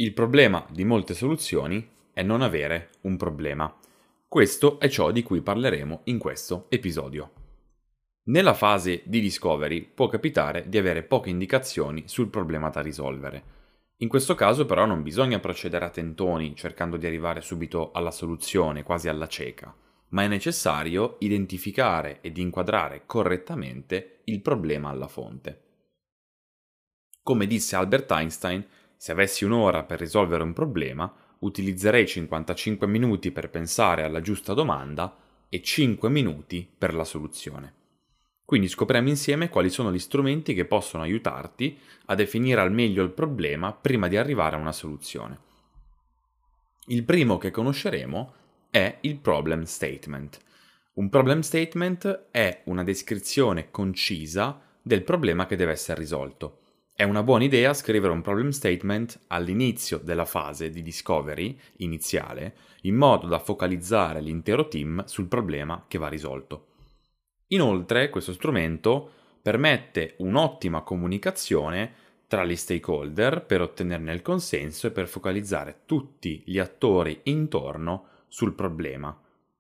Il problema di molte soluzioni è non avere un problema. Questo è ciò di cui parleremo in questo episodio. Nella fase di discovery può capitare di avere poche indicazioni sul problema da risolvere. In questo caso però non bisogna procedere a tentoni cercando di arrivare subito alla soluzione, quasi alla cieca, ma è necessario identificare ed inquadrare correttamente il problema alla fonte. Come disse Albert Einstein, se avessi un'ora per risolvere un problema, utilizzerei 55 minuti per pensare alla giusta domanda e 5 minuti per la soluzione. Quindi scopriamo insieme quali sono gli strumenti che possono aiutarti a definire al meglio il problema prima di arrivare a una soluzione. Il primo che conosceremo è il problem statement. Un problem statement è una descrizione concisa del problema che deve essere risolto. È una buona idea scrivere un problem statement all'inizio della fase di discovery iniziale, in modo da focalizzare l'intero team sul problema che va risolto. Inoltre, questo strumento permette un'ottima comunicazione tra gli stakeholder per ottenerne il consenso e per focalizzare tutti gli attori intorno sul problema.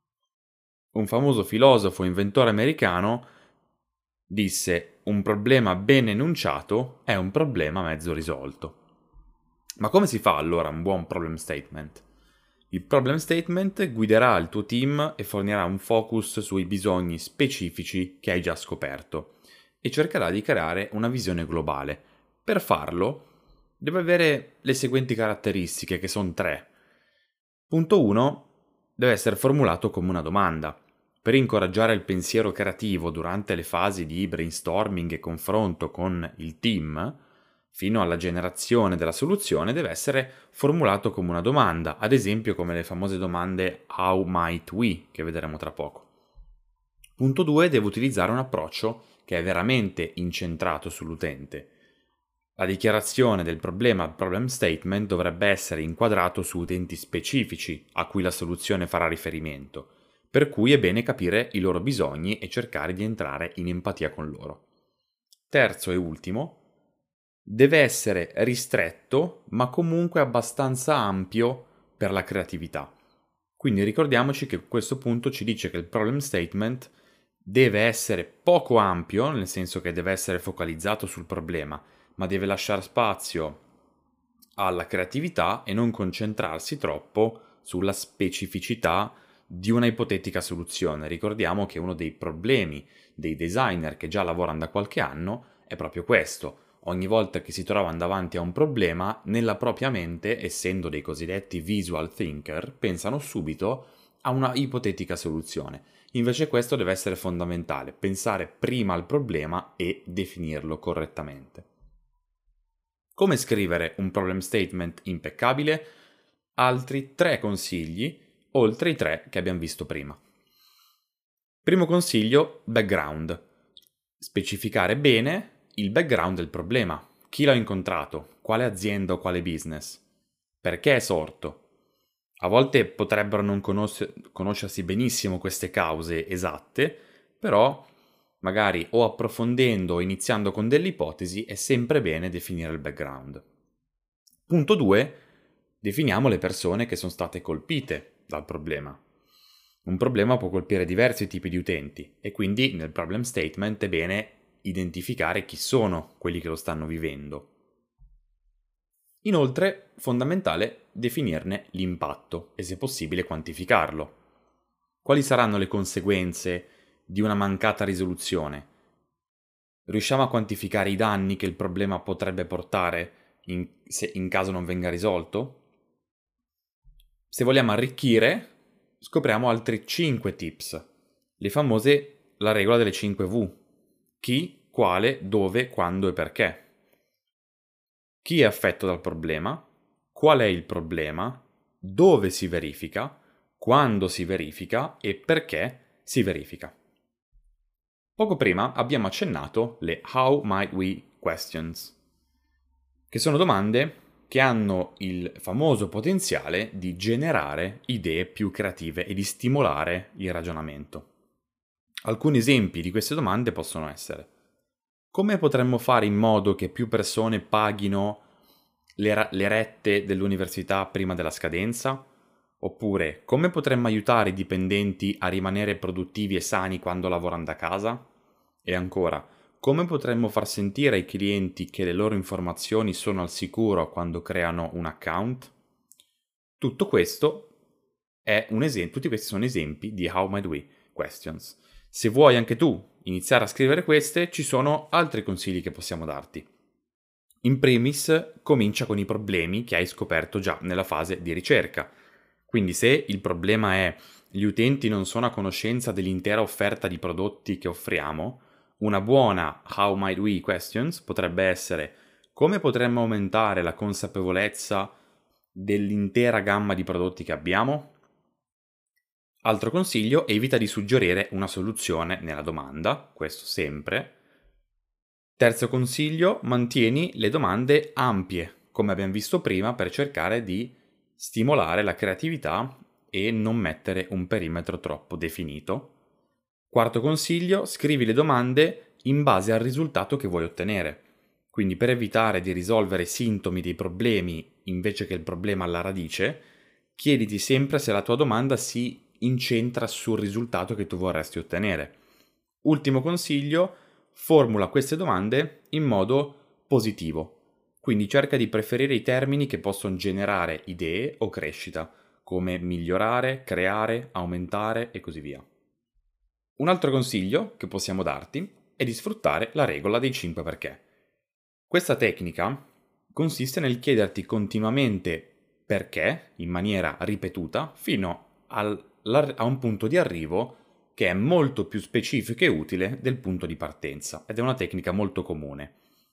Un famoso filosofo e inventore americano disse: un problema ben enunciato è un problema mezzo risolto. Ma come si fa allora un buon problem statement? Il problem statement guiderà il tuo team e fornirà un focus sui bisogni specifici che hai già scoperto e cercherà di creare una visione globale. Per farlo deve avere le seguenti caratteristiche, che sono 3. Punto 1. Deve essere formulato come una domanda. Per incoraggiare il pensiero creativo durante le fasi di brainstorming e confronto con il team, fino alla generazione della soluzione, deve essere formulato come una domanda, ad esempio come le famose domande How might we, che vedremo tra poco. Punto 2. Deve utilizzare un approccio che è veramente incentrato sull'utente. La dichiarazione del problema, il problem statement, dovrebbe essere inquadrato su utenti specifici a cui la soluzione farà riferimento, per cui è bene capire i loro bisogni e cercare di entrare in empatia con loro. Terzo e ultimo, deve essere ristretto, ma comunque abbastanza ampio per la creatività. Quindi ricordiamoci che questo punto ci dice che il problem statement deve essere poco ampio, nel senso che deve essere focalizzato sul problema, ma deve lasciare spazio alla creatività e non concentrarsi troppo sulla specificità di una ipotetica soluzione. Ricordiamo che uno dei problemi dei designer che già lavorano da qualche anno è proprio questo. Ogni volta che si trovano davanti a un problema, nella propria mente, essendo dei cosiddetti visual thinker, pensano subito a una ipotetica soluzione. Invece questo deve essere fondamentale, pensare prima al problema e definirlo correttamente. Come scrivere un problem statement impeccabile? Altri 3 consigli, oltre i 3 che abbiamo visto prima. Primo consiglio, background. Specificare bene il background del problema. Chi l'ha incontrato? Quale azienda o quale business? Perché è sorto? A volte potrebbero non conoscersi benissimo queste cause esatte, però magari o approfondendo o iniziando con delle ipotesi è sempre bene definire il background. Punto 2. Definiamo le persone che sono state colpite dal problema. Un problema può colpire diversi tipi di utenti e quindi nel problem statement è bene identificare chi sono quelli che lo stanno vivendo. Inoltre, fondamentale definirne l'impatto e se possibile quantificarlo. Quali saranno le conseguenze di una mancata risoluzione? Riusciamo a quantificare i danni che il problema potrebbe portare in caso non venga risolto? Se vogliamo arricchire, scopriamo altri 5 tips, la regola delle 5 V. Chi, quale, dove, quando e perché. Chi è affetto dal problema? Qual è il problema? Dove si verifica? Quando si verifica e perché si verifica. Poco prima abbiamo accennato le How might we questions, che sono domande che hanno il famoso potenziale di generare idee più creative e di stimolare il ragionamento. Alcuni esempi di queste domande possono essere: come potremmo fare in modo che più persone paghino le rette dell'università prima della scadenza? Oppure come potremmo aiutare i dipendenti a rimanere produttivi e sani quando lavorano da casa? E ancora, come potremmo far sentire ai clienti che le loro informazioni sono al sicuro quando creano un account? Tutto questo è un esempio, tutti questi sono esempi di How Might We Questions. Se vuoi anche tu iniziare a scrivere queste, ci sono altri consigli che possiamo darti. In primis, comincia con i problemi che hai scoperto già nella fase di ricerca. Quindi se il problema è gli utenti non sono a conoscenza dell'intera offerta di prodotti che offriamo, una buona How Might We Questions potrebbe essere: come potremmo aumentare la consapevolezza dell'intera gamma di prodotti che abbiamo? Altro consiglio: evita di suggerire una soluzione nella domanda, questo sempre. Terzo consiglio: mantieni le domande ampie, come abbiamo visto prima, per cercare di stimolare la creatività e non mettere un perimetro troppo definito. Quarto consiglio: scrivi le domande in base al risultato che vuoi ottenere. Quindi, per evitare di risolvere i sintomi dei problemi invece che il problema alla radice, chiediti sempre se la tua domanda si incentra sul risultato che tu vorresti ottenere. Ultimo consiglio: formula queste domande in modo positivo. Quindi cerca di preferire i termini che possono generare idee o crescita, come migliorare, creare, aumentare e così via. Un altro consiglio che possiamo darti è di sfruttare la regola dei 5 perché. Questa tecnica consiste nel chiederti continuamente perché in maniera ripetuta fino a un punto di arrivo che è molto più specifico e utile del punto di partenza, ed è una tecnica molto comune.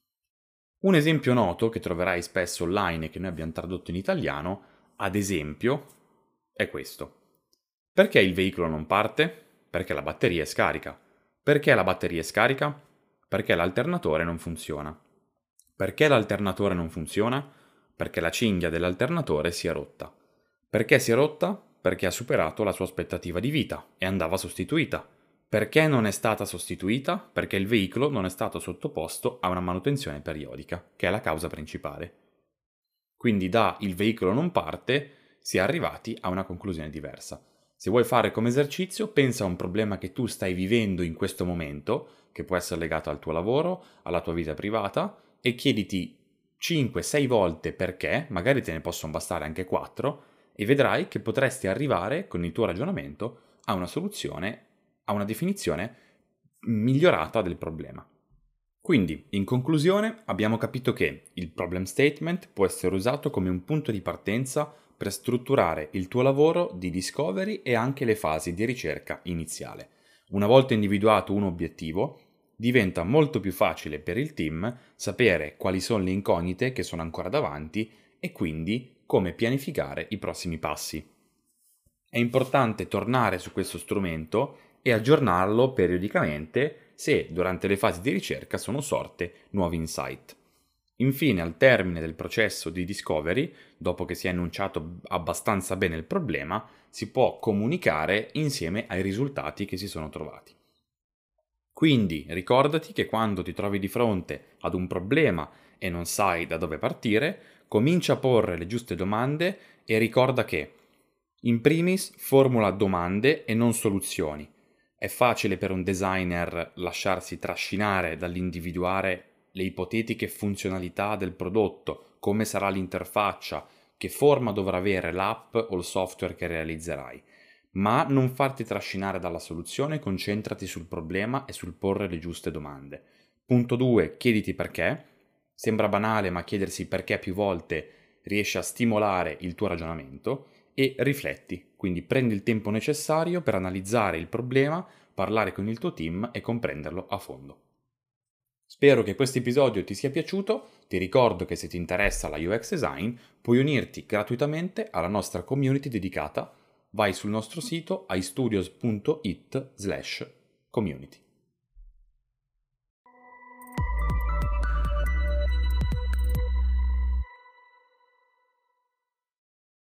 Un esempio noto che troverai spesso online e che noi abbiamo tradotto in italiano, ad esempio, è questo. Perché il veicolo non parte? Perché la batteria è scarica. Perché la batteria è scarica? Perché l'alternatore non funziona. Perché l'alternatore non funziona? Perché la cinghia dell'alternatore si è rotta. Perché si è rotta? Perché ha superato la sua aspettativa di vita e andava sostituita. Perché non è stata sostituita? Perché il veicolo non è stato sottoposto a una manutenzione periodica, che è la causa principale. Quindi da il veicolo non parte si è arrivati a una conclusione diversa. Se vuoi fare come esercizio, pensa a un problema che tu stai vivendo in questo momento, che può essere legato al tuo lavoro, alla tua vita privata, e chiediti 5-6 volte perché, magari te ne possono bastare anche 4, e vedrai che potresti arrivare con il tuo ragionamento a una soluzione, a una definizione migliorata del problema. Quindi, in conclusione, abbiamo capito che il problem statement può essere usato come un punto di partenza per strutturare il tuo lavoro di discovery e anche le fasi di ricerca iniziale. Una volta individuato un obiettivo, diventa molto più facile per il team sapere quali sono le incognite che sono ancora davanti e quindi come pianificare i prossimi passi. È importante tornare su questo strumento e aggiornarlo periodicamente se durante le fasi di ricerca sono sorte nuovi insight. Infine, al termine del processo di discovery, dopo che si è enunciato abbastanza bene il problema, si può comunicare insieme ai risultati che si sono trovati. Quindi ricordati che quando ti trovi di fronte ad un problema e non sai da dove partire, comincia a porre le giuste domande e ricorda che, in primis, formula domande e non soluzioni. È facile per un designer lasciarsi trascinare dall'individuare le ipotetiche funzionalità del prodotto, come sarà l'interfaccia, che forma dovrà avere l'app o il software che realizzerai. Ma non farti trascinare dalla soluzione, concentrati sul problema e sul porre le giuste domande. Punto 2, chiediti perché. Sembra banale, ma chiedersi perché più volte riesce a stimolare il tuo ragionamento. E rifletti, quindi prendi il tempo necessario per analizzare il problema, parlare con il tuo team e comprenderlo a fondo. Spero che questo episodio ti sia piaciuto, ti ricordo che se ti interessa la UX Design puoi unirti gratuitamente alla nostra community dedicata. Vai sul nostro sito istudios.it/community.